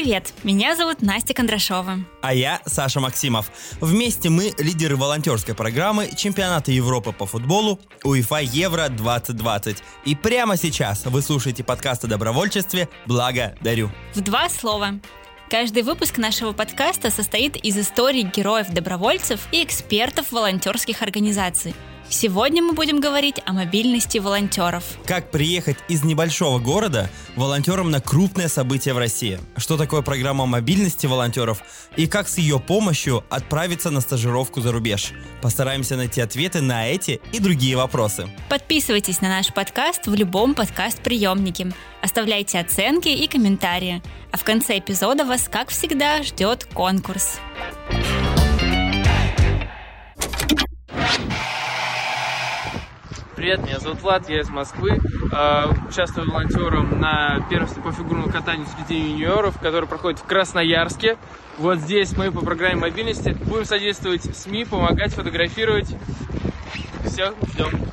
Привет, меня зовут Настя Кондрашова. А я Саша Максимов. Вместе мы лидеры волонтерской программы Чемпионата Европы по футболу УЕФА Евро 2020. И прямо сейчас вы слушаете подкаст о добровольчестве «Благо дарю». В 2 слова. Каждый выпуск нашего подкаста состоит из историй героев-добровольцев и экспертов волонтерских организаций. Сегодня мы будем говорить о мобильности волонтеров. Как приехать из небольшого города волонтером на крупное событие в России? Что такое программа мобильности волонтеров? И как с ее помощью отправиться на стажировку за рубеж? Постараемся найти ответы на эти и другие вопросы. Подписывайтесь на наш подкаст в любом подкаст-приемнике. Оставляйте оценки и комментарии. А в конце эпизода вас, как всегда, ждет конкурс. Привет, меня зовут Влад, я из Москвы. Участвую волонтером на первенстве по фигурному катанию среди юниоров, который проходит в Красноярске. Вот здесь мы по программе мобильности будем содействовать СМИ, помогать, фотографировать. Все, ждем.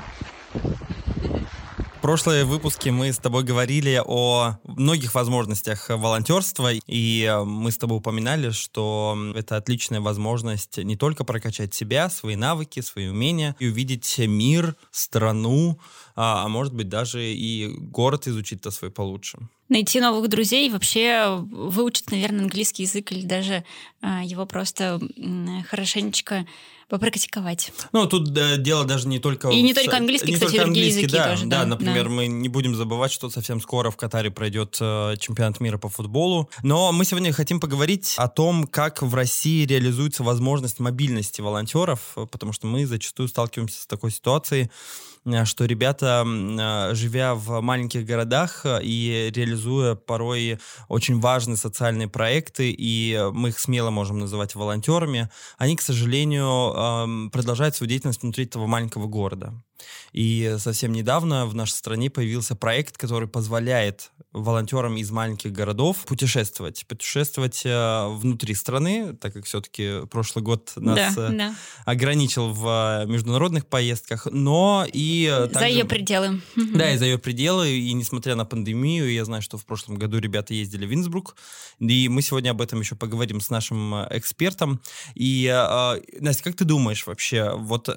В прошлые выпуски мы с тобой говорили о многих возможностях волонтерства, и мы с тобой упоминали, что это отличная возможность не только прокачать себя, свои навыки, свои умения, и увидеть мир, страну, а может быть даже и город изучить-то свой получше. Найти новых друзей и вообще выучить, наверное, английский язык или даже его просто хорошенечко попрактиковать. Ну, тут дело даже не только... И не только английский, кстати, другие языки тоже. Да, например, мы не будем забывать, что совсем скоро в Катаре пройдет чемпионат мира по футболу. Но мы сегодня хотим поговорить о том, как в России реализуется возможность мобильности волонтеров, потому что мы зачастую сталкиваемся с такой ситуацией, что ребята, живя в маленьких городах и реализуя порой очень важные социальные проекты, и мы их смело можем называть волонтерами, они, к сожалению, продолжают свою деятельность внутри этого маленького города. И совсем недавно в нашей стране появился проект, который позволяет волонтерам из маленьких городов путешествовать внутри страны, так как все-таки прошлый год нас ограничил в международных поездках, но и также... За ее пределы. Да, и за ее пределы, и несмотря на пандемию, я знаю, что в прошлом году ребята ездили в Инсбрук, и мы сегодня об этом еще поговорим с нашим экспертом. И, Настя, как ты думаешь вообще,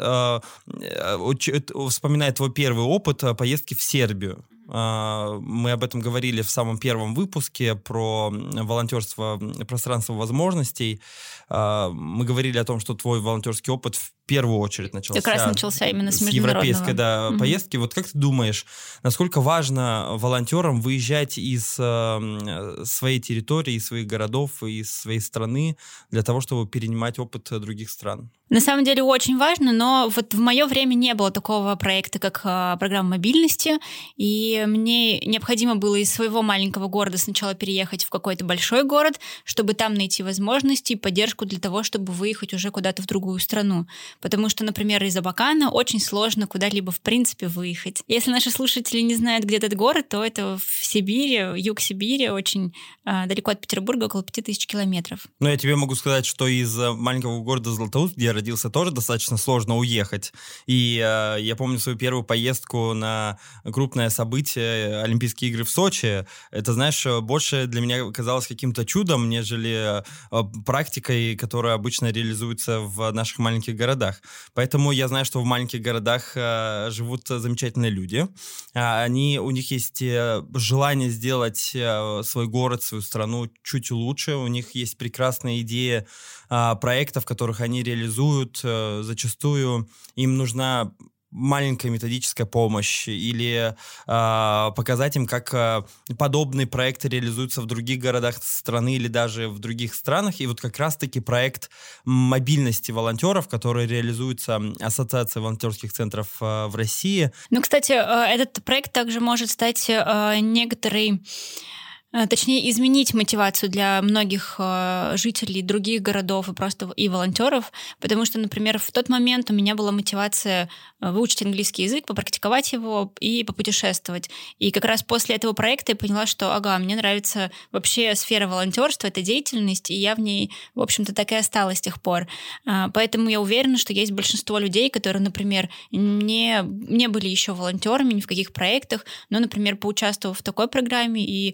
вспоминая твой первый опыт поездки в Сербию. Мы об этом говорили в самом первом выпуске про волонтерство, пространство возможностей. Мы говорили о том, что твой волонтерский опыт в первую очеред начался именно с европейской поездки. Вот как ты думаешь, насколько важно волонтерам выезжать из своей территории, из своих городов, из своей страны для того, чтобы перенимать опыт других стран? На самом деле очень важно, но вот в мое время не было такого проекта, как программа мобильности, и мне необходимо было из своего маленького города сначала переехать в какой-то большой город, чтобы там найти возможности и поддержку для того, чтобы выехать уже куда-то в другую страну. Потому что, например, из Абакана очень сложно куда-либо в принципе выехать. Если наши слушатели не знают, где этот город, то это в Сибири, юг Сибири, очень далеко от Петербурга, около 5000 километров. Но я тебе могу сказать, что из маленького города Златоуст, где я родился, тоже достаточно сложно уехать. И я помню свою первую поездку на крупное событие Олимпийские игры в Сочи. Это, знаешь, больше для меня казалось каким-то чудом, нежели практикой, которая обычно реализуется в наших маленьких городах. Поэтому я знаю, что в маленьких городах живут замечательные люди. У них есть желание сделать свой город, свою страну чуть лучше. У них есть прекрасная идея проектов, которых они реализуют. Зачастую им нужна маленькая методическая помощь или показать им, как подобные проекты реализуются в других городах страны или даже в других странах. И вот как раз-таки проект мобильности волонтеров, который реализуется Ассоциацией волонтерских центров в России. Ну, кстати, этот проект также может стать точнее, изменить мотивацию для многих жителей других городов и просто и волонтеров, потому что, например, в тот момент у меня была мотивация выучить английский язык, попрактиковать его и попутешествовать. И как раз после этого проекта я поняла, что, мне нравится вообще сфера волонтерства, эта деятельность, и я в ней, в общем-то, так и осталась с тех пор. Поэтому я уверена, что есть большинство людей, которые, например, не были еще волонтерами ни в каких проектах, но, например, поучаствовав в такой программе и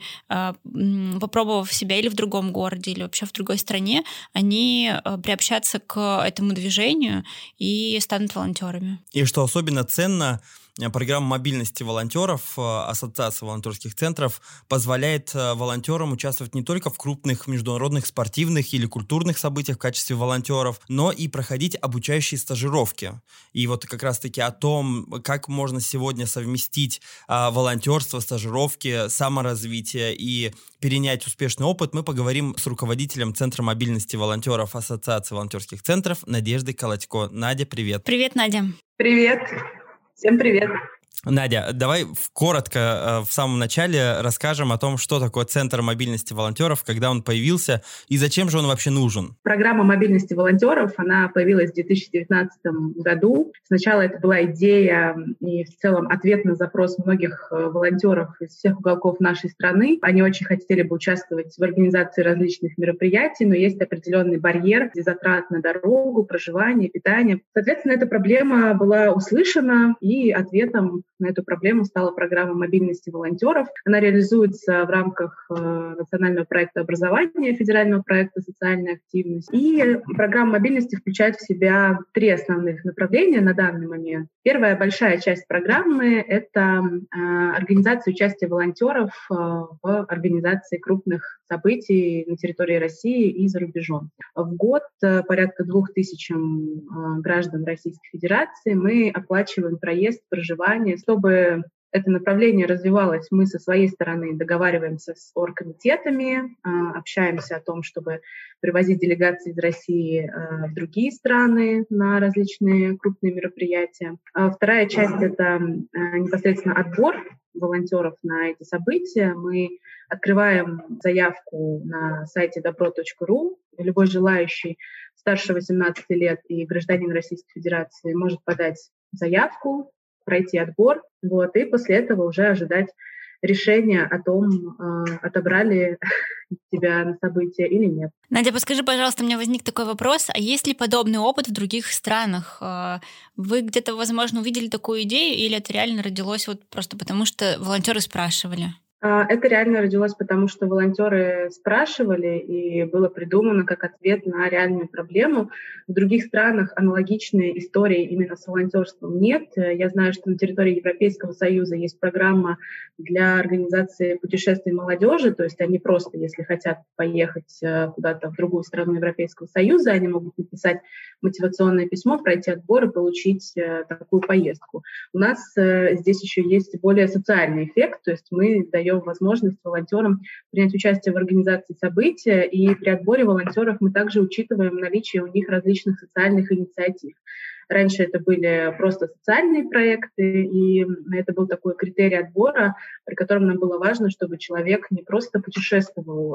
попробовав себя или в другом городе, или вообще в другой стране, они приобщатся к этому движению и станут волонтерами. И что особенно ценно, программа мобильности волонтеров Ассоциации волонтерских центров позволяет волонтерам участвовать не только в крупных международных спортивных или культурных событиях в качестве волонтеров, но и проходить обучающие стажировки. И вот как раз-таки о том, как можно сегодня совместить волонтерство, стажировки, саморазвитие и перенять успешный опыт, мы поговорим с руководителем Центра мобильности волонтеров Ассоциации волонтерских центров Надеждой Колодько. Надя, привет. Привет, Надя. Привет. Всем привет. Надя, давай коротко в самом начале расскажем о том, что такое Центр мобильности волонтеров, когда он появился и зачем же он вообще нужен. Программа мобильности волонтеров, она появилась в 2019 году. Сначала это была идея и в целом ответ на запрос многих волонтеров из всех уголков нашей страны. Они очень хотели бы участвовать в организации различных мероприятий, но есть определенный барьер, где затрат на дорогу, проживание, питание. Соответственно, эта проблема была услышана, и ответом на эту проблему стала программа мобильности волонтеров. Она реализуется в рамках национального проекта образования, федерального проекта «Социальная активность». И программа мобильности включает в себя 3 основных направления на данный момент. Первая большая часть программы — это организация участия волонтеров в организации крупных событий на территории России и за рубежом. В год порядка 2000 граждан Российской Федерации мы оплачиваем проезд, проживание. Чтобы это направление развивалось, мы со своей стороны договариваемся с оргкомитетами, общаемся о том, чтобы привозить делегации из России в другие страны на различные крупные мероприятия. Вторая часть — это непосредственно отбор волонтеров на эти события. Мы открываем заявку на сайте добро.ру. Любой желающий старше 18 лет и гражданин Российской Федерации может подать заявку, пройти отбор, и после этого уже ожидать решения о том, отобрали тебя на событие или нет. Надя, подскажи, пожалуйста, у меня возник такой вопрос. А есть ли подобный опыт в других странах? Вы где-то, возможно, увидели такую идею, или это реально родилось вот просто потому, что волонтеры спрашивали? Это реально родилось потому, что волонтеры спрашивали, и было придумано как ответ на реальную проблему. В других странах аналогичные истории именно с волонтерством нет. Я знаю, что на территории Европейского Союза есть программа для организации путешествий молодежи, то есть они просто, если хотят поехать куда-то в другую страну Европейского Союза, они могут написать мотивационное письмо, пройти отбор и получить такую поездку. У нас здесь еще есть более социальный эффект, то есть мы даем возможность волонтерам принять участие в организации события, и при отборе волонтеров мы также учитываем наличие у них различных социальных инициатив. Раньше это были просто социальные проекты, и это был такой критерий отбора, при котором нам было важно, чтобы человек не просто путешествовал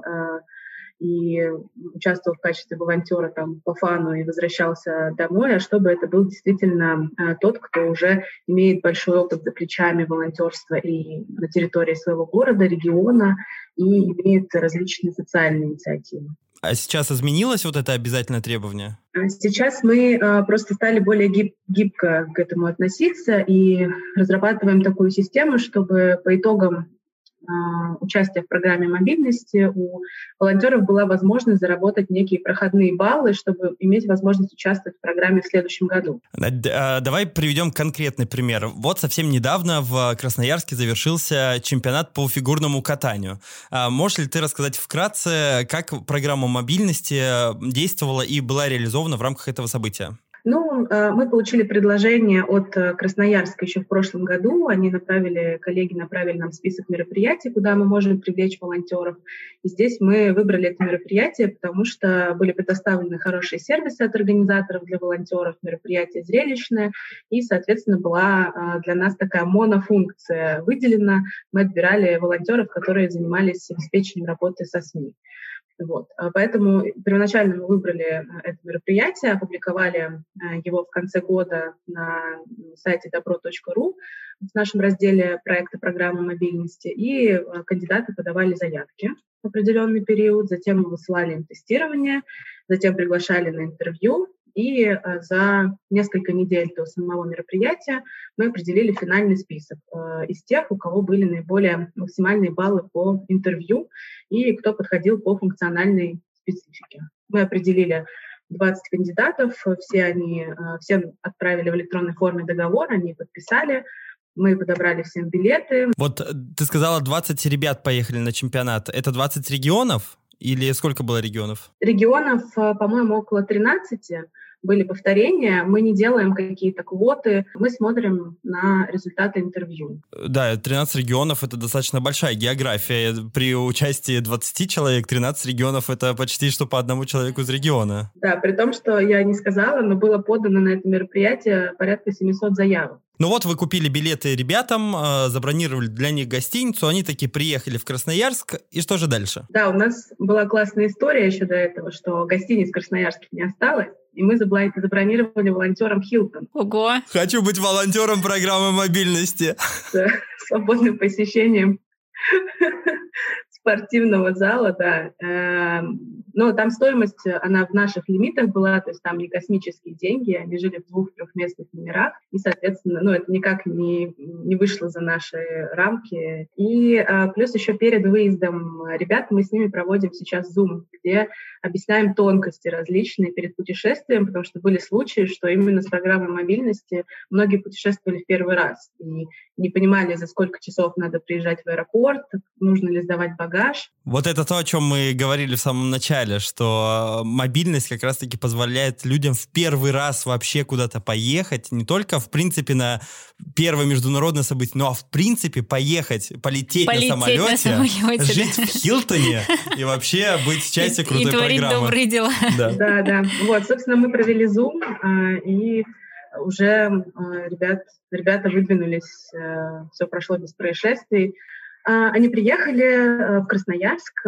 и участвовал в качестве волонтера там по фану и возвращался домой, а чтобы это был действительно тот, кто уже имеет большой опыт за плечами волонтерства и на территории своего города, региона, и имеет различные социальные инициативы. А сейчас изменилось вот это обязательное требование? Сейчас мы просто стали более гибко к этому относиться и разрабатываем такую систему, чтобы по итогам участия в программе мобильности у волонтеров была возможность заработать некие проходные баллы, чтобы иметь возможность участвовать в программе в следующем году. Давай приведем конкретный пример. Вот совсем недавно в Красноярске завершился чемпионат по фигурному катанию. Можешь ли ты рассказать вкратце, как программа мобильности действовала и была реализована в рамках этого события? Мы получили предложение от Красноярска еще в прошлом году. Коллеги направили нам список мероприятий, куда мы можем привлечь волонтеров. И здесь мы выбрали это мероприятие, потому что были предоставлены хорошие сервисы от организаторов для волонтеров, мероприятие зрелищное, и, соответственно, была для нас такая монофункция выделена. Мы отбирали волонтеров, которые занимались обеспечением работы со СМИ. Поэтому первоначально мы выбрали это мероприятие, опубликовали его в конце года на сайте добро.ру в нашем разделе проекта программы мобильности, и кандидаты подавали заявки в определенный период, затем мы высылали им тестирование, затем приглашали на интервью, И за несколько недель до самого мероприятия мы определили финальный список из тех, у кого были наиболее максимальные баллы по интервью и кто подходил по функциональной специфике. Мы определили 20 кандидатов, всем отправили в электронной форме договор, они подписали. Мы подобрали всем билеты. Вот ты сказала, 20 ребят поехали на чемпионат. Это 20 регионов? Или сколько было регионов? Регионов, по-моему, около 13. Были повторения. Мы не делаем какие-то квоты. Мы смотрим на результаты интервью. Да, 13 регионов — это достаточно большая география. При участии 20 человек 13 регионов — это почти что по одному человеку из региона. Да, при том, что я не сказала, но было подано на это мероприятие порядка 700 заявок. Ну вот вы купили билеты ребятам, забронировали для них гостиницу, они таки приехали в Красноярск, и что же дальше? Да, у нас была классная история еще до этого, что гостиниц в Красноярске не осталось, и мы забронировали волонтерам Хилтон. Ого! Хочу быть волонтером программы мобильности. С свободным посещением спортивного зала, да. Но там стоимость, она в наших лимитах была, то есть там не космические деньги, они жили в 2-3-местных номерах, и, соответственно, это никак не вышло за наши рамки. И плюс еще перед выездом ребят мы с ними проводим сейчас Zoom, где объясняем тонкости различные перед путешествием, потому что были случаи, что именно с программой мобильности многие путешествовали в первый раз и не понимали, за сколько часов надо приезжать в аэропорт, нужно ли сдавать багаж. Вот это то, о чем мы говорили в самом начале, что мобильность как раз-таки позволяет людям в первый раз вообще куда-то поехать, не только, в принципе, на первое международное событие, но в принципе полететь на самолете, жить в Хилтоне и вообще быть частью крутой программы. И творить добрые дела. Да. Вот, собственно, мы провели Zoom, и уже ребята выдвинулись, все прошло без происшествий. Они приехали в Красноярск.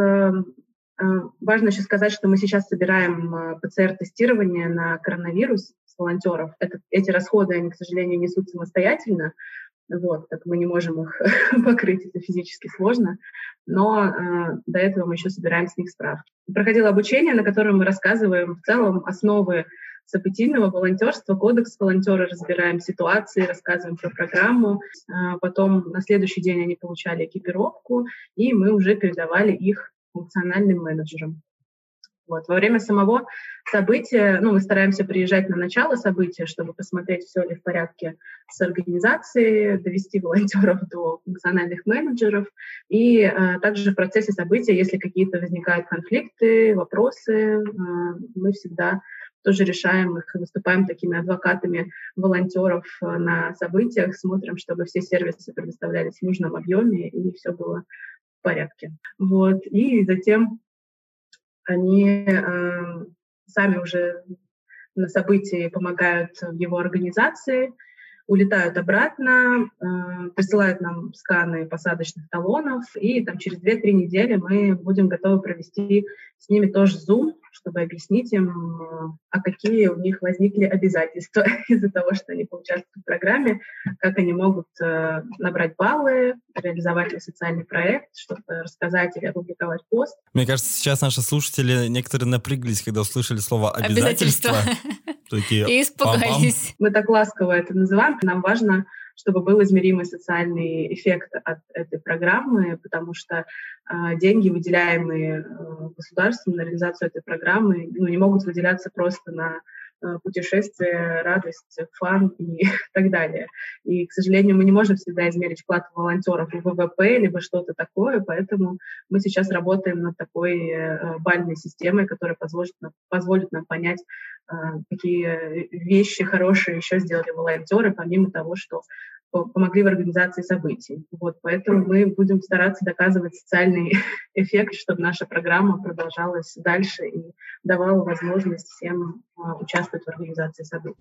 Важно еще сказать, что мы сейчас собираем ПЦР-тестирование на коронавирус с волонтеров. Эти расходы, они, к сожалению, несут самостоятельно. Так мы не можем их покрыть, это физически сложно. Но до этого мы еще собираем с них справки. Проходило обучение, на котором мы рассказываем в целом основы событийного волонтерства, кодекс волонтера, разбираем ситуации, рассказываем про программу. Потом на следующий день они получали экипировку, и мы уже передавали их функциональным менеджерам. Во время самого события, мы стараемся приезжать на начало события, чтобы посмотреть, все ли в порядке с организацией, довести волонтеров до функциональных менеджеров. И также в процессе события, если какие-то возникают конфликты, вопросы, мы всегда тоже решаем их, выступаем такими адвокатами волонтеров на событиях, смотрим, чтобы все сервисы предоставлялись в нужном объеме и все было в порядке. И затем они сами уже на событии помогают в его организации, улетают обратно, присылают нам сканы посадочных талонов, и через 2-3 недели мы будем готовы провести с ними тоже Zoom, чтобы объяснить им, какие у них возникли обязательства из-за того, что они поучаствуют в программе, как они могут набрать баллы, реализовать социальный проект, что-то рассказать или опубликовать пост. Мне кажется, сейчас наши слушатели некоторые напряглись, когда услышали слово «обязательства». И испугались. Мы так ласково это называем. Нам важно, чтобы был измеримый социальный эффект от этой программы, потому что деньги, выделяемые государством на реализацию этой программы, не могут выделяться просто на путешествие, радость, фан и так далее. И, к сожалению, мы не можем всегда измерить вклад волонтеров в ВВП, либо что-то такое, поэтому мы сейчас работаем над такой бальной системой, которая позволит нам понять, какие вещи хорошие еще сделали волонтеры, помимо того, что помогли в организации событий. Поэтому мы будем стараться доказывать социальный эффект, чтобы наша программа продолжалась дальше и давала возможность всем участвовать в организации событий.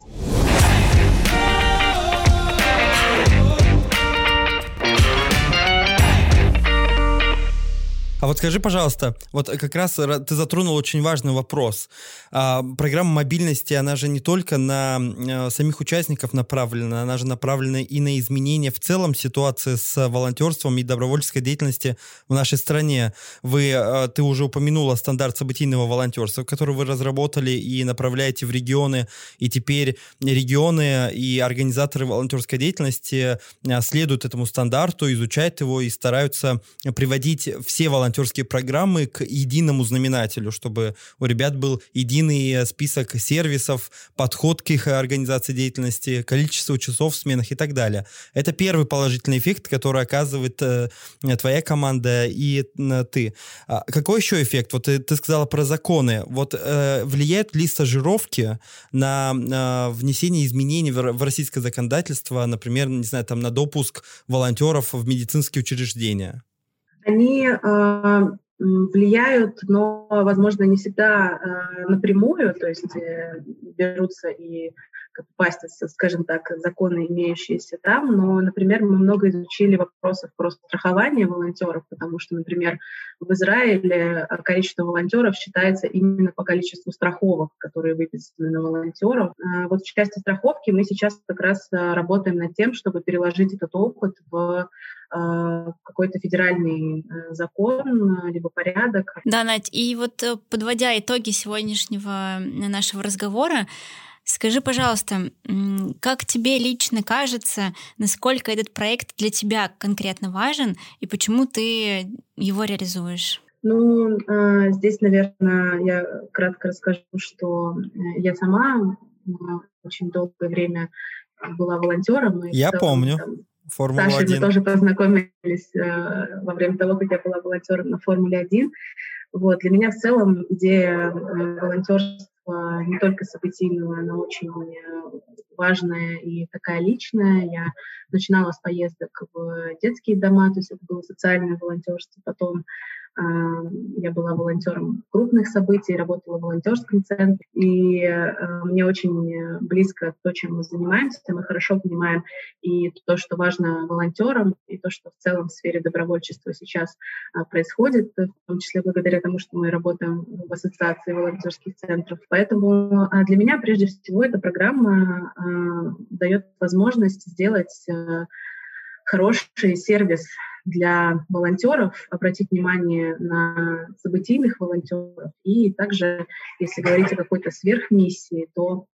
А вот скажи, пожалуйста, вот как раз ты затронул очень важный вопрос. Программа мобильности, она же не только на самих участников направлена, она же направлена и на изменения в целом ситуации с волонтерством и добровольческой деятельности в нашей стране. Ты уже упомянула стандарт событийного волонтерства, который вы разработали и направляете в регионы, и теперь регионы и организаторы волонтерской деятельности следуют этому стандарту, изучают его и стараются приводить все волонтерские программы к единому знаменателю, чтобы у ребят был единый список сервисов, подход к их организации деятельности, количество часов в сменах и так далее. Это первый положительный эффект, который оказывает твоя команда и ты. Какой еще эффект? Вот ты сказала про законы. Вот влияют ли стажировки на внесение изменений в российское законодательство, например, не знаю, там на допуск волонтеров в медицинские учреждения? Они влияют, но, возможно, не всегда напрямую, то есть берутся и пастятся, скажем так, законы, имеющиеся там, но, например, мы много изучили вопросов про страхование волонтеров, потому что, например, в Израиле количество волонтеров считается именно по количеству страховок, которые выписаны на волонтеров. Вот в части страховки мы сейчас как раз работаем над тем, чтобы переложить этот опыт в какой-то федеральный закон, либо порядок. Да, Надь, и вот подводя итоги сегодняшнего нашего разговора, скажи, пожалуйста, как тебе лично кажется, насколько этот проект для тебя конкретно важен и почему ты его реализуешь? Ну, здесь, наверное, я кратко расскажу, что я сама очень долгое время была волонтером. Я помню. Формула-1. Сашей мы тоже познакомились во время того, как я была волонтером на Формуле-1. Вот. Для меня в целом идея волонтерства не только событийного, она очень важная и такая личная. Я начинала с поездок в детские дома, то есть это было социальное волонтерство. Потом я была волонтером крупных событий, работала в волонтерском центре. И мне очень близко то, чем мы занимаемся. Мы хорошо понимаем и то, что важно волонтерам, и то, что в целом в сфере добровольчества сейчас происходит, в том числе благодаря тому, что мы работаем в ассоциации волонтерских центров. Поэтому для меня, прежде всего, эта программа дает возможность сделать хороший сервис для волонтеров, обратить внимание на событийных волонтеров и также, если говорить о какой-то сверхмиссии, то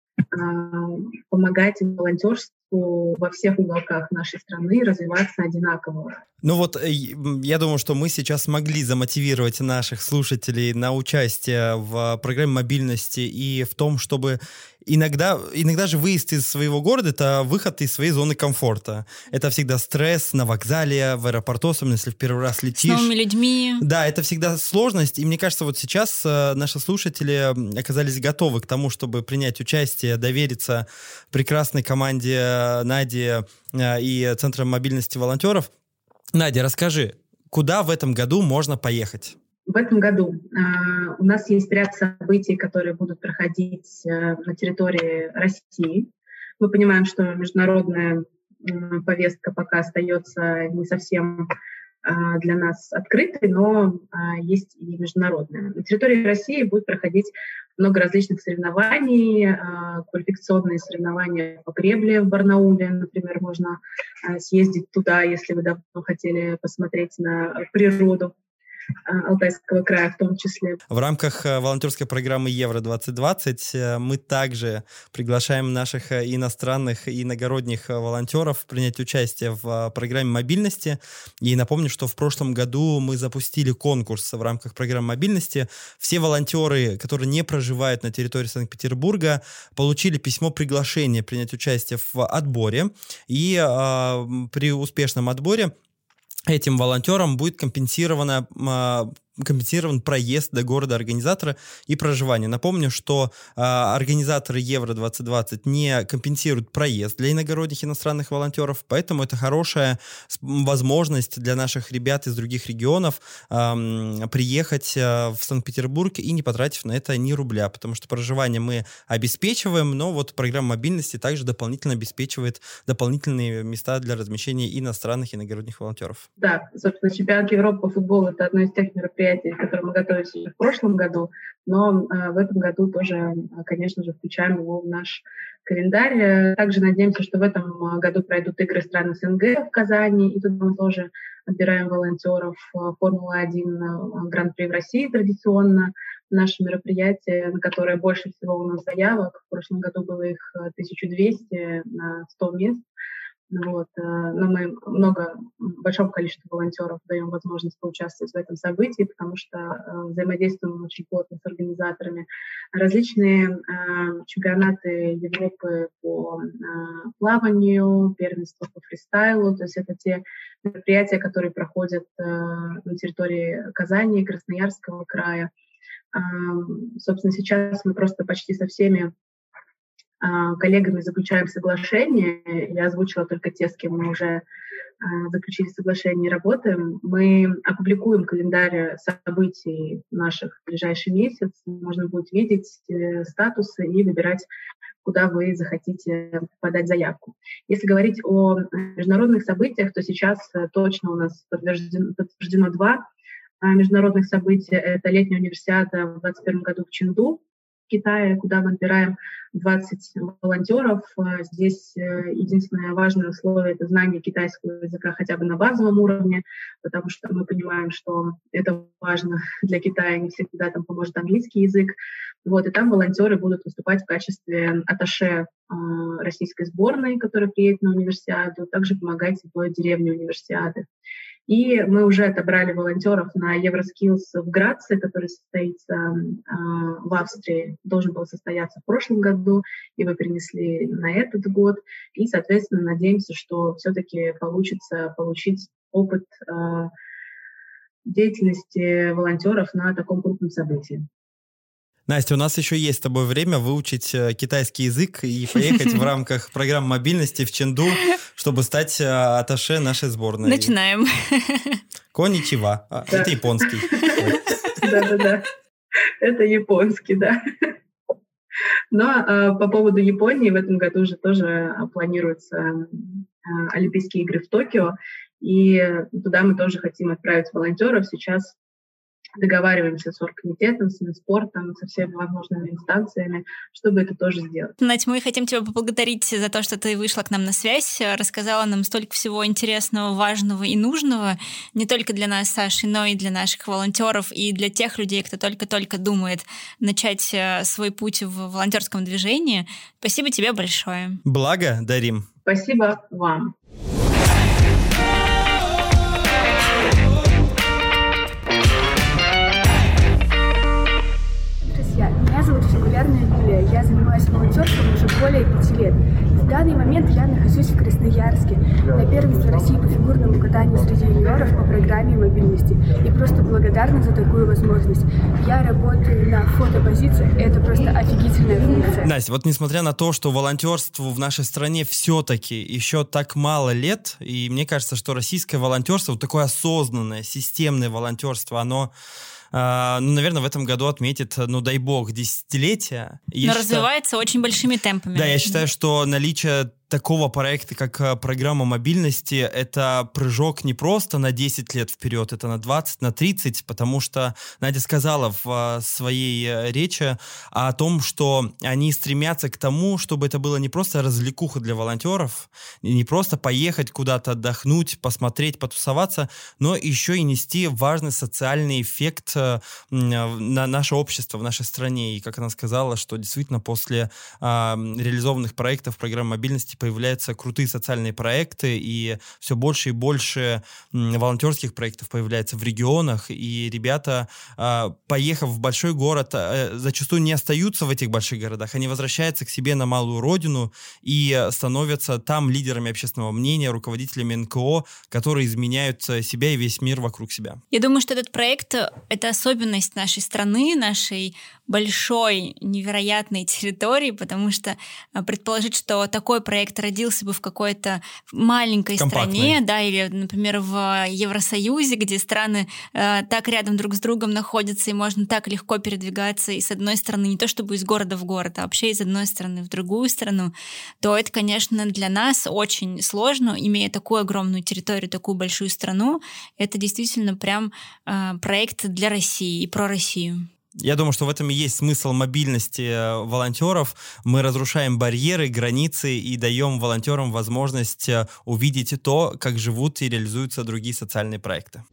помогать волонтерству во всех уголках нашей страны развиваться одинаково. Ну вот, я думаю, что мы сейчас смогли замотивировать наших слушателей на участие в программе мобильности и в том, чтобы иногда же выезд из своего города — это выход из своей зоны комфорта. Это всегда стресс на вокзале, в аэропорту, особенно если в первый раз летишь. С новыми людьми. Да, это всегда сложность. И мне кажется, вот сейчас наши слушатели оказались готовы к тому, чтобы принять участие, довериться прекрасной команде Нади и Центра мобильности волонтеров. Надя, расскажи, куда в этом году можно поехать? В этом году у нас есть ряд событий, которые будут проходить на территории России. Мы понимаем, что международная повестка пока остается не совсем для нас открытой, но есть и международная. На территории России будет проходить много различных соревнований, квалификационные соревнования по гребле в Барнауле, например, можно съездить туда, если вы давно хотели посмотреть на природу Алтайского края в том числе. В рамках волонтерской программы Евро-2020 мы также приглашаем наших иностранных и иногородних волонтеров принять участие в программе мобильности. И напомню, что в прошлом году мы запустили конкурс в рамках программы мобильности. Все волонтеры, которые не проживают на территории Санкт-Петербурга, получили письмо приглашения принять участие в отборе. И при успешном отборе этим волонтерам будет компенсирован проезд до города-организатора и проживание. Напомню, что организаторы Евро-2020 не компенсируют проезд для иногородних иностранных волонтеров, поэтому это хорошая возможность для наших ребят из других регионов приехать в Санкт-Петербург и не потратив на это ни рубля, потому что проживание мы обеспечиваем, но вот программа мобильности также дополнительно обеспечивает дополнительные места для размещения иностранных и иногородних волонтеров. Да, собственно, чемпионат Европы по футболу — это одно из тех мероприятий, мероприятие, к которому мы готовились уже в прошлом году, но в этом году тоже, конечно же, включаем его в наш календарь. Также надеемся, что в этом году пройдут игры стран СНГ в Казани, и туда мы тоже отбираем волонтеров. Формула-1 Гран-при в России традиционно наше мероприятие, на которое больше всего у нас заявок. В прошлом году было их 1200 на 100 мест. Вот. Но мы большому количеству волонтеров даем возможность поучаствовать в этом событии, потому что взаимодействуем очень плотно с организаторами. Различные чемпионаты Европы по плаванию, первенства по фристайлу, то есть это те мероприятия, которые проходят на территории Казани, Красноярского края. Собственно, сейчас мы просто почти со всеми коллегами заключаем соглашение. Я озвучила только те, с кем мы уже заключили соглашение и работаем. Мы опубликуем календарь событий наших в ближайший месяц. Можно будет видеть статусы и выбирать, куда вы захотите подать заявку. Если говорить о международных событиях, то сейчас точно у нас подтверждено 2 международных события. Это летняя универсиада в 2021 году в Чэнду, Китае, куда мы отбираем 20 волонтеров. Здесь единственное важное условие — это знание китайского языка хотя бы на базовом уровне, потому что мы понимаем, что это важно для Китая, не всегда там поможет английский язык. Вот, и там волонтеры будут выступать в качестве атташе российской сборной, которая приедет на универсиаду, также помогать в деревне универсиады. И мы уже отобрали волонтеров на Евроскиллс в Граце, который состоится в Австрии, должен был состояться в прошлом году, и мы перенесли на этот год. И, соответственно, надеемся, что все-таки получится получить опыт деятельности волонтеров на таком крупном событии. Настя, у нас еще есть с тобой время выучить китайский язык и поехать в рамках программы мобильности в Чэнду, чтобы стать атташе нашей сборной. Начинаем. Конничева. Это японский. Да. Это японский, да. Но по поводу Японии в этом году уже тоже планируются Олимпийские игры в Токио, и туда мы тоже хотим отправить волонтеров. Сейчас договариваемся с оргкомитетом, с Минспортом, со всеми возможными инстанциями, чтобы это тоже сделать. Надь, мы хотим тебя поблагодарить за то, что ты вышла к нам на связь, рассказала нам столько всего интересного, важного и нужного, не только для нас, Саши, но и для наших волонтеров и для тех людей, кто только-только думает начать свой путь в волонтерском движении. Спасибо тебе большое. Благо дарим. Спасибо вам. Меня зовут Сингулярная Юлия. Я занимаюсь волонтерством уже более 5 лет. В данный момент я нахожусь в Красноярске на первенстве России по фигурному катанию среди юниоров по программе мобильности. И просто благодарна за такую возможность. Я работаю на фотопозиции. Это просто офигительная функция. Настя, вот несмотря на то, что волонтерству в нашей стране все-таки еще так мало лет, и мне кажется, что российское волонтерство, вот такое осознанное, системное волонтерство, оно наверное, в этом году отметит, дай бог, десятилетие. Но развивается очень большими темпами. Да, я считаю, что наличие такого проекта, как программа мобильности, это прыжок не просто на 10 лет вперед, это на 20, на 30, потому что Надя сказала в своей речи о том, что они стремятся к тому, чтобы это было не просто развлекуха для волонтеров, не просто поехать куда-то отдохнуть, посмотреть, потусоваться, но еще и нести важный социальный эффект на наше общество, в нашей стране. И, как она сказала, что действительно после реализованных проектов программы мобильности появляются крутые социальные проекты, и все больше и больше волонтерских проектов появляется в регионах, и ребята, поехав в большой город, зачастую не остаются в этих больших городах, они возвращаются к себе на малую родину и становятся там лидерами общественного мнения, руководителями НКО, которые изменяют себя и весь мир вокруг себя. Я думаю, что этот проект — это особенность нашей страны, нашей большой, невероятной территории, потому что предположить, что такой проект проект родился бы в какой-то маленькой стране, да, или, например, в Евросоюзе, где страны так рядом друг с другом находятся, и можно так легко передвигаться и с одной стороны не то чтобы из города в город, а вообще из одной стороны в другую страну, то это, конечно, для нас очень сложно, имея такую огромную территорию, такую большую страну. Это действительно прям проект для России и про Россию. Я думаю, что в этом и есть смысл мобильности волонтеров. Мы разрушаем барьеры, границы и даем волонтерам возможность увидеть то, как живут и реализуются другие социальные проекты.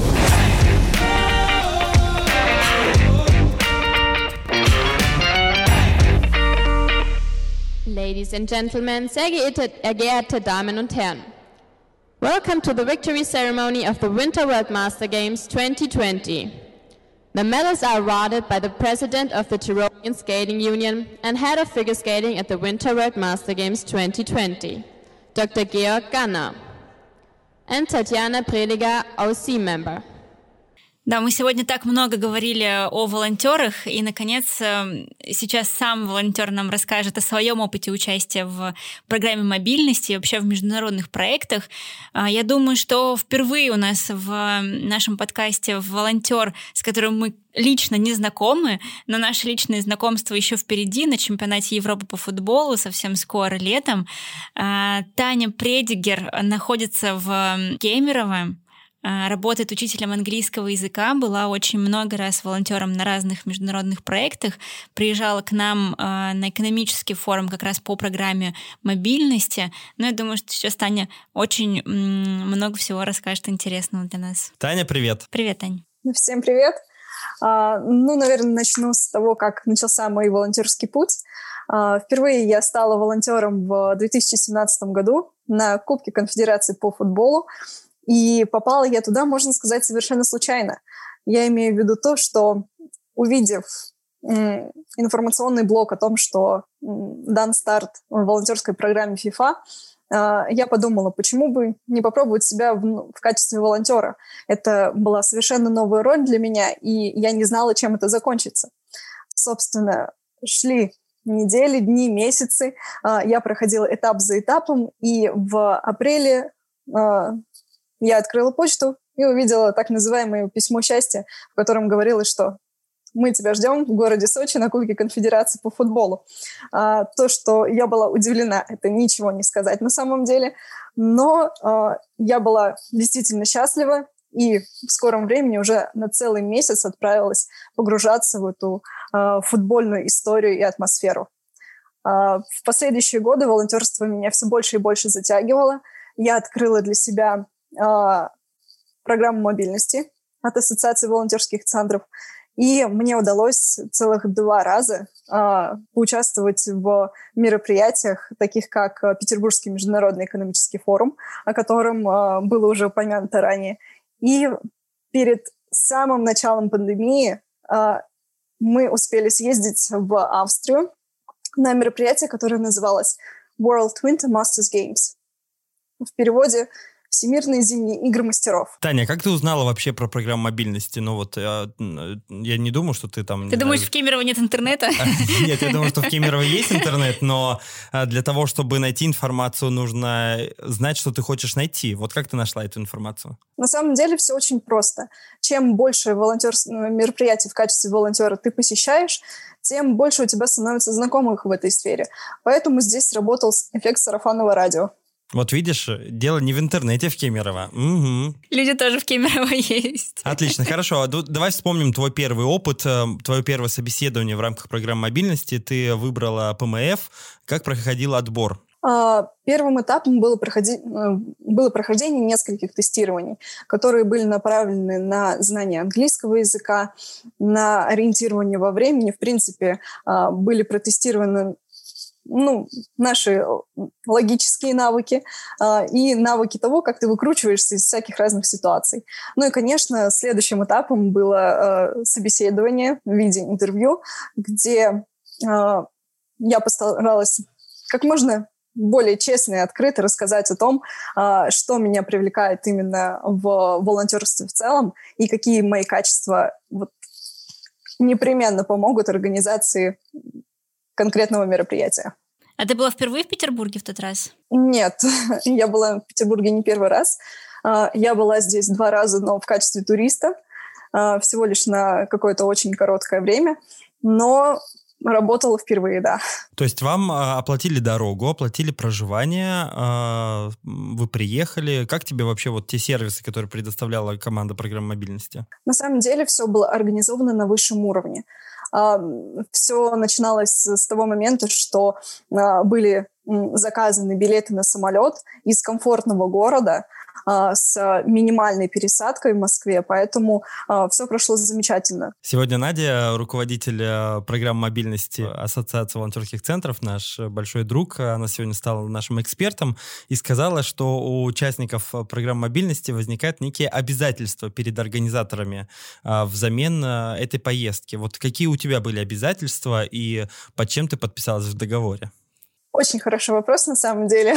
Ladies and gentlemen, sehr geehrte Damen und Herren. Welcome to the victory ceremony of the Winter World Master Games 2020. The medals are awarded by the President of the Tyrolean Skating Union and Head of Figure Skating at the Winter World Master Games 2020, Dr. Georg Ganner, and Tatjana Prediger, OC member. Да, мы сегодня так много говорили о волонтерах, и, наконец, сейчас сам волонтер нам расскажет о своем опыте участия в программе мобильности и вообще в международных проектах. Я думаю, что впервые у нас в нашем подкасте волонтер, с которым мы лично не знакомы, но наше личное знакомство еще впереди на чемпионате Европы по футболу совсем скоро, летом. Таня Предигер находится в Кемерово, работает учителем английского языка, была очень много раз волонтером на разных международных проектах, приезжала к нам на экономический форум как раз по программе мобильности. Но я думаю, что сейчас Таня очень много всего расскажет интересного для нас. Таня, привет. Привет, Таня. Всем привет. Наверное, начну с того, как начался мой волонтерский путь. Впервые я стала волонтером в 2017 году на Кубке Конфедерации по футболу. И попала я туда, можно сказать, совершенно случайно. Я имею в виду то, что, увидев информационный блок о том, что дан старт в волонтерской программе FIFA, я подумала, почему бы не попробовать себя в качестве волонтера. Это была совершенно новая роль для меня, и я не знала, чем это закончится. Собственно, шли недели, дни, месяцы. Я проходила этап за этапом, и в апреле я открыла почту и увидела так называемое письмо счастья, в котором говорилось, что мы тебя ждем в городе Сочи на Кубке Конфедерации по футболу. То, что я была удивлена, это ничего не сказать на самом деле, но я была действительно счастлива и в скором времени уже на целый месяц отправилась погружаться в эту футбольную историю и атмосферу. В последующие годы волонтерство меня все больше и больше затягивало. Я открыла для себя программу мобильности от Ассоциации волонтерских центров, и мне удалось целых 2 раза поучаствовать в мероприятиях, таких как Петербургский международный экономический форум, о котором было уже упомянуто ранее. И перед самым началом пандемии мы успели съездить в Австрию на мероприятие, которое называлось World Winter Masters Games. В переводе «Всемирные зимние игры мастеров». Таня, как ты узнала вообще про программу мобильности? Ну вот, я не думаю, что ты там... Ты думаешь, в Кемерово нет интернета? Нет, я думаю, что в Кемерово есть интернет, но для того, чтобы найти информацию, нужно знать, что ты хочешь найти. Вот как ты нашла эту информацию? На самом деле все очень просто. Чем больше мероприятий в качестве волонтера ты посещаешь, тем больше у тебя становится знакомых в этой сфере. Поэтому здесь сработал эффект сарафанного радио. Вот видишь, дело не в интернете в Кемерово. Угу. Люди тоже в Кемерово есть. Отлично, хорошо. Давай вспомним твой первый опыт, твое первое собеседование в рамках программы мобильности. Ты выбрала ПМФ. Как проходил отбор? Первым этапом было прохождение нескольких тестирований, которые были направлены на знание английского языка, на ориентирование во времени. В принципе, были протестированы наши логические навыки и навыки того, как ты выкручиваешься из всяких разных ситуаций. Ну и, конечно, следующим этапом было собеседование в виде интервью, где я постаралась как можно более честно и открыто рассказать о том, что меня привлекает именно в волонтерстве в целом и какие мои качества непременно помогут организации конкретного мероприятия. А ты была впервые в Петербурге в тот раз? Нет, я была в Петербурге не первый раз. Я была здесь 2 раза, но в качестве туриста, всего лишь на какое-то очень короткое время, но работала впервые, да. То есть вам оплатили дорогу, оплатили проживание, вы приехали. Как тебе вообще вот те сервисы, которые предоставляла команда программы мобильности? На самом деле все было организовано на высшем уровне. Все начиналось с того момента, что были заказаны билеты на самолет из комфортного города с минимальной пересадкой в Москве, поэтому все прошло замечательно. Сегодня Надя, руководитель программы мобильности Ассоциации волонтерских центров, наш большой друг, она сегодня стала нашим экспертом и сказала, что у участников программы мобильности возникают некие обязательства перед организаторами взамен этой поездки. Вот какие у тебя были обязательства и под чем ты подписалась в договоре? Очень хороший вопрос, на самом деле.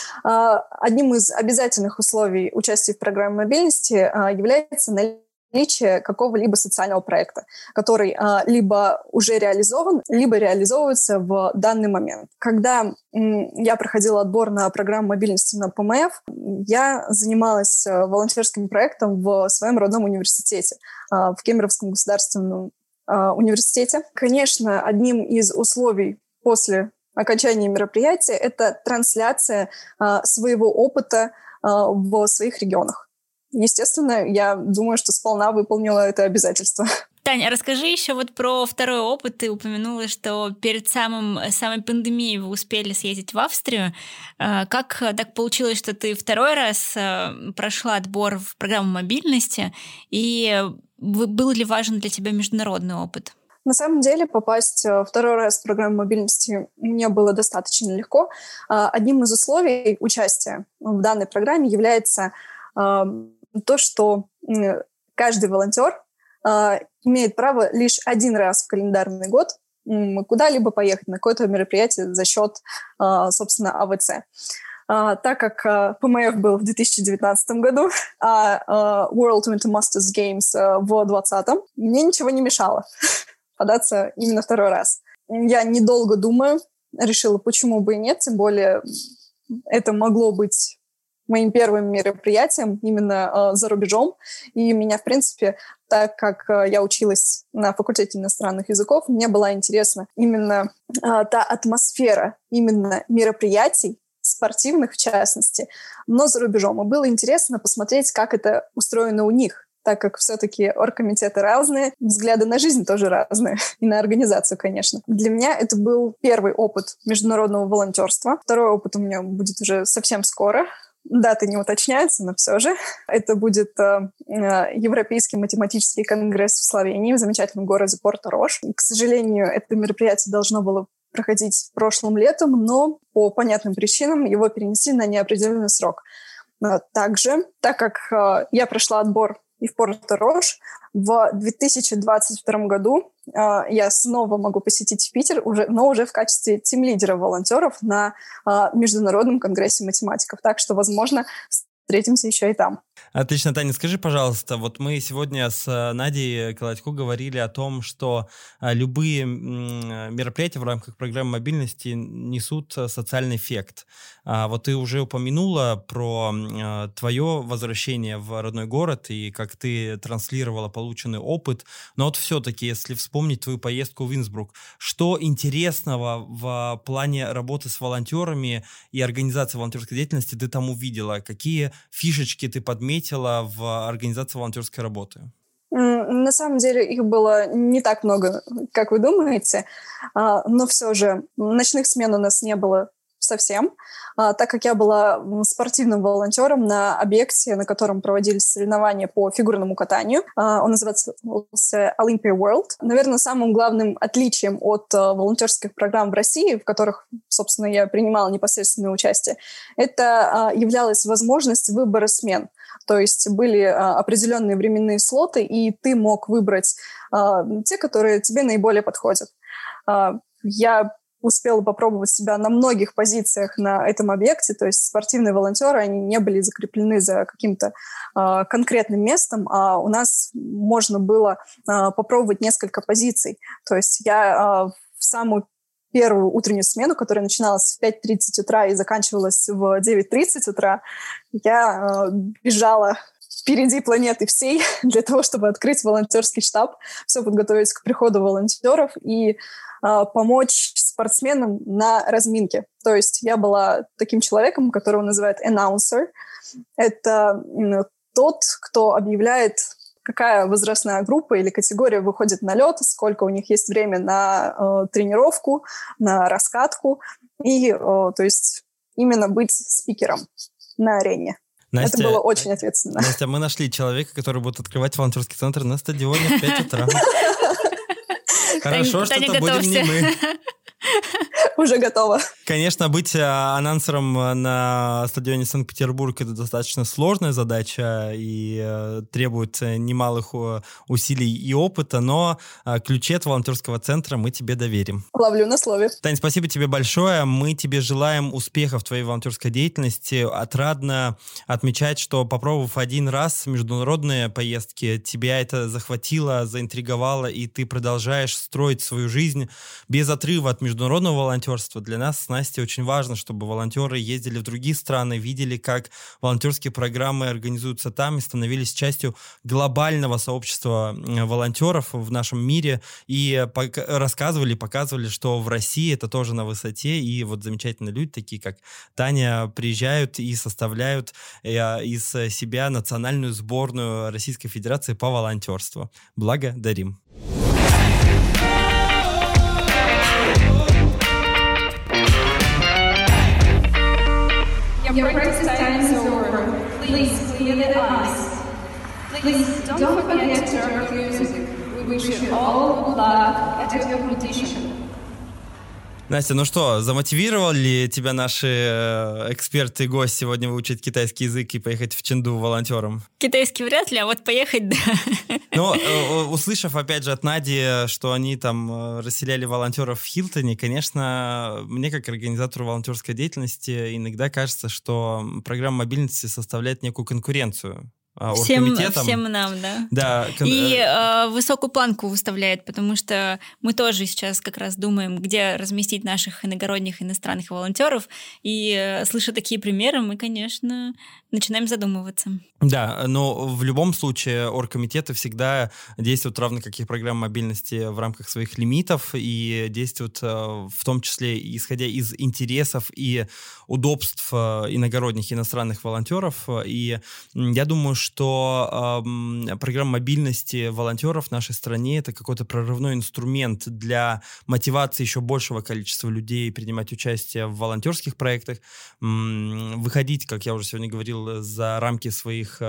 Одним из обязательных условий участия в программе мобильности является наличие какого-либо социального проекта, который либо уже реализован, либо реализовывается в данный момент. Когда я проходила отбор на программу мобильности на ПМФ, я занималась волонтерским проектом в своем родном университете, в Кемеровском государственном университете. Конечно, одним из условий после окончания мероприятия — это трансляция своего опыта в своих регионах. Естественно, я думаю, что сполна выполнила это обязательство. Таня, расскажи еще вот про второй опыт. Ты упомянула, что перед самой пандемией вы успели съездить в Австрию. Как так получилось, что ты второй раз прошла отбор в программу мобильности? И был ли важен для тебя международный опыт? На самом деле попасть второй раз в программу мобильности мне было достаточно легко. Одним из условий участия в данной программе является то, что каждый волонтер имеет право лишь 1 раз в календарный год куда-либо поехать на какое-то мероприятие за счет, собственно, АВЦ. Так как ПМФ был в 2019 году, а World Winter Masters Games в 2020, мне ничего не мешало податься именно второй раз. Я, недолго думая, решила, почему бы и нет, тем более это могло быть моим первым мероприятием именно за рубежом. И меня, в принципе, так как я училась на факультете иностранных языков, мне была интересна именно та атмосфера именно мероприятий, спортивных в частности, но за рубежом. И было интересно посмотреть, как это устроено у них, так как все-таки оргкомитеты разные, взгляды на жизнь тоже разные, и на организацию, конечно. Для меня это был первый опыт международного волонтерства. Второй опыт у меня будет уже совсем скоро. Даты не уточняются, но все же. Это будет Европейский математический конгресс в Словении, в замечательном городе Порто-Рош. К сожалению, это мероприятие должно было проходить прошлым летом, но по понятным причинам его перенесли на неопределенный срок. Также, так как я прошла отбор и в Порто-Рош, в 2022 году я снова могу посетить Питер, но уже в качестве тимлидера волонтеров на Международном конгрессе математиков. Так что, возможно, встретимся еще и там. Отлично, Таня, скажи, пожалуйста, вот мы сегодня с Надей Колодько говорили о том, что любые мероприятия в рамках программы мобильности несут социальный эффект. Вот ты уже упомянула про твое возвращение в родной город и как ты транслировала полученный опыт, но вот все-таки, если вспомнить твою поездку в Инсбрук, что интересного в плане работы с волонтерами и организации волонтерской деятельности ты там увидела? Какие фишечки ты подметила в организации волонтерской работы? На самом деле их было не так много, как вы думаете, но все же ночных смен у нас не было совсем, так как я была спортивным волонтером на объекте, на котором проводились соревнования по фигурному катанию. Он назывался Olympia World. Наверное, самым главным отличием от волонтерских программ в России, в которых, собственно, я принимала непосредственное участие, это являлась возможность выбора смен. То есть были определенные временные слоты, и ты мог выбрать те, которые тебе наиболее подходят. Я успела попробовать себя на многих позициях на этом объекте, то есть спортивные волонтеры, они не были закреплены за каким-то конкретным местом, а у нас можно было попробовать несколько позиций. То есть я в самую первую утреннюю смену, которая начиналась в 5:30 утра и заканчивалась в 9:30 утра, я бежала впереди планеты всей для того, чтобы открыть волонтерский штаб, все подготовить к приходу волонтеров и помочь спортсменам на разминке. То есть я была таким человеком, которого называют announcer. Это тот, кто объявляет, какая возрастная группа или категория выходит на лед, сколько у них есть время на тренировку, на раскатку. И, то есть, именно быть спикером на арене. Настя, это было очень ответственно. Настя, мы нашли человека, который будет открывать волонтерский центр на стадионе в 5 утра. Хорошо, что это будем не мы. Уже готово. Конечно, быть анонсером на стадионе Санкт-Петербург — это достаточно сложная задача и требует немалых усилий и опыта, но ключи от волонтерского центра мы тебе доверим. Ловлю на слове. Тань, спасибо тебе большое. Мы тебе желаем успехов в твоей волонтерской деятельности. Отрадно отмечать, что, попробовав один раз международные поездки, тебя это захватило, заинтриговало, и ты продолжаешь строить свою жизнь без отрыва от международного волонтерства. Для нас с Настей очень важно, чтобы волонтеры ездили в другие страны, видели, как волонтерские программы организуются там и становились частью глобального сообщества волонтеров в нашем мире и рассказывали, показывали, что в России это тоже на высоте, и вот замечательные люди, такие как Таня, приезжают и составляют из себя национальную сборную Российской Федерации по волонтерству. Благодарим. Your practice time is over. Please clear the ice. Please don't forget to turn off music. We wish you all good luck at your competition. Настя, ну что, замотивировали ли тебя наши эксперты и гость сегодня выучить китайский язык и поехать в Чэнду волонтером? Китайский вряд ли, а вот поехать, да. Ну, услышав, опять же, от Нади, что они там расселяли волонтеров в Хилтоне, конечно, мне, как организатору волонтерской деятельности, иногда кажется, что программа мобильности составляет некую конкуренцию. Всем нам, да. Да. И высокую планку выставляет, потому что мы тоже сейчас как раз думаем, где разместить наших иногородних иностранных волонтеров. И слыша такие примеры, мы, конечно, начинаем задумываться. Да, но в любом случае оргкомитеты всегда действуют равно как и программа мобильности в рамках своих лимитов и действуют в том числе исходя из интересов и удобств иногородних иностранных волонтеров. И я думаю, что программа мобильности волонтеров в нашей стране — это какой-то прорывной инструмент для мотивации еще большего количества людей принимать участие в волонтерских проектах, выходить, как я уже сегодня говорил, за рамки своих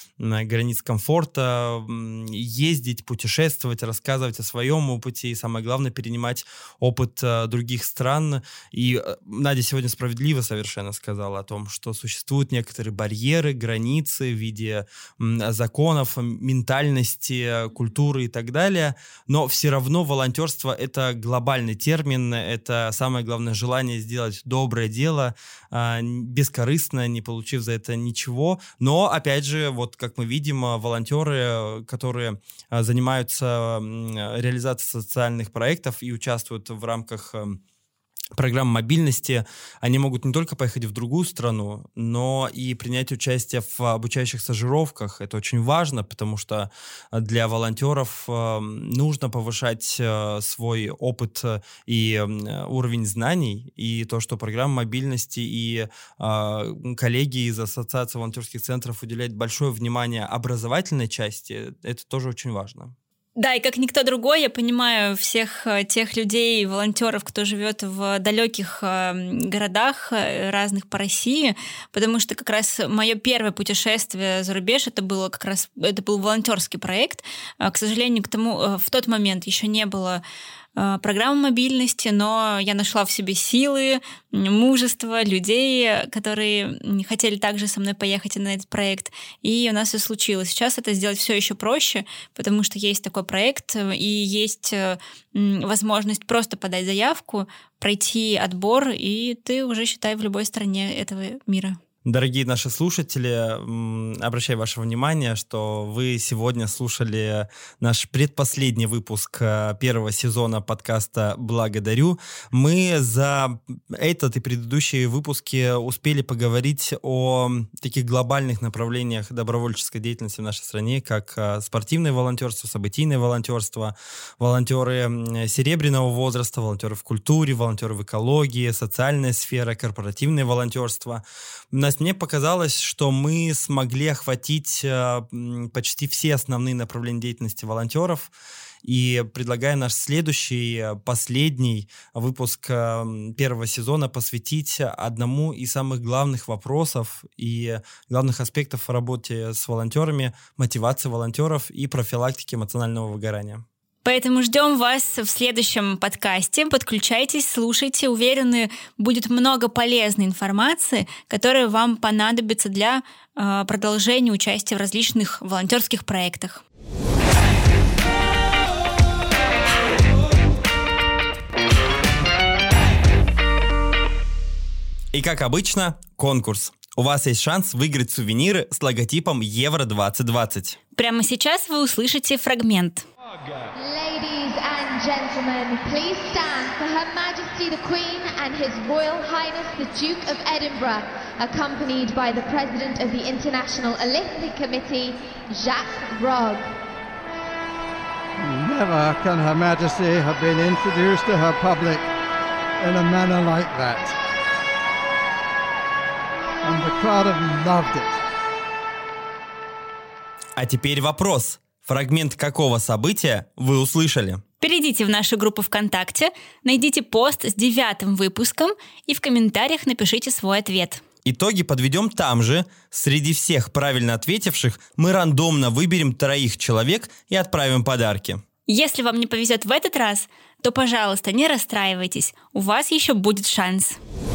границ комфорта, ездить, путешествовать, рассказывать о своем опыте и, самое главное, перенимать опыт других стран. И Надя сегодня справедливо совершенно сказала о том, что существуют некоторые барьеры, границы в виде законов, ментальности, культуры и так далее, но все равно волонтерство — это глобальный термин, это самое главное желание сделать доброе дело, бескорыстно, не получив за это ничего. Но, опять же, вот как мы видим, волонтеры, которые занимаются реализацией социальных проектов и участвуют в рамках программ мобильности, они могут не только поехать в другую страну, но и принять участие в обучающих стажировках. Это очень важно, потому что для волонтеров нужно повышать свой опыт и уровень знаний. И то, что программа мобильности и коллеги из Ассоциации волонтерских центров уделяют большое внимание образовательной части, это тоже очень важно. Да, и как никто другой, я понимаю всех тех людей, волонтеров, кто живет в далеких городах разных по России, потому что как раз мое первое путешествие за рубеж это был волонтерский проект. К сожалению, в тот момент еще не было программы мобильности, но я нашла в себе силы, мужество людей, которые хотели также со мной поехать на этот проект, и у нас все случилось. Сейчас это сделать все еще проще, потому что есть такой проект, и есть возможность просто подать заявку, пройти отбор, и ты уже, считай, в любой стране этого мира. Дорогие наши слушатели, обращаю ваше внимание, что вы сегодня слушали наш предпоследний выпуск первого сезона подкаста «Благодарю». Мы за этот и предыдущие выпуски успели поговорить о таких глобальных направлениях добровольческой деятельности в нашей стране, как спортивное волонтерство, событийное волонтерство, волонтеры серебряного возраста, волонтеры в культуре, волонтеры в экологии, социальная сфера, корпоративное волонтерство. Мне показалось, что мы смогли охватить почти все основные направления деятельности волонтеров. И предлагаю наш следующий, последний выпуск первого сезона посвятить одному из самых главных вопросов и главных аспектов в работе с волонтерами, мотивации волонтеров и профилактики эмоционального выгорания. Поэтому ждем вас в следующем подкасте. Подключайтесь, слушайте. Уверены, будет много полезной информации, которая вам понадобится для продолжения участия в различных волонтерских проектах. И как обычно, конкурс. У вас есть шанс выиграть сувениры с логотипом Евро-2020. Прямо сейчас вы услышите фрагмент. Ladies and gentlemen, please stand for Her Majesty the Queen and His Royal Highness the Duke of Edinburgh, accompanied by the President of the International Olympic Committee, Jacques Rogge. Never can Her Majesty have been introduced to her public in a manner like that. And the crowd have loved it. А теперь вопрос. Фрагмент какого события вы услышали? Перейдите в нашу группу ВКонтакте, найдите пост с 9-м выпуском и в комментариях напишите свой ответ. Итоги подведем там же. Среди всех правильно ответивших мы рандомно выберем 3 человек и отправим подарки. Если вам не повезет в этот раз, то, пожалуйста, не расстраивайтесь. У вас еще будет шанс.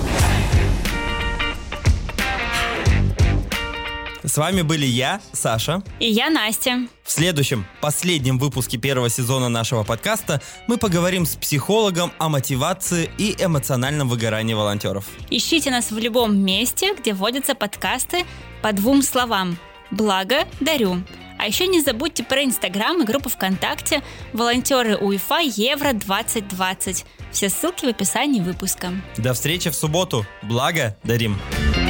С вами были я, Саша. И я, Настя. В следующем, последнем выпуске первого сезона нашего подкаста мы поговорим с психологом о мотивации и эмоциональном выгорании волонтеров. Ищите нас в любом месте, где вводятся подкасты по 2 словам. Благодарю. А еще не забудьте про Инстаграм и группу ВКонтакте «Волонтеры УЕФА Евро-2020». Все ссылки в описании выпуска. До встречи в субботу. Благодарим.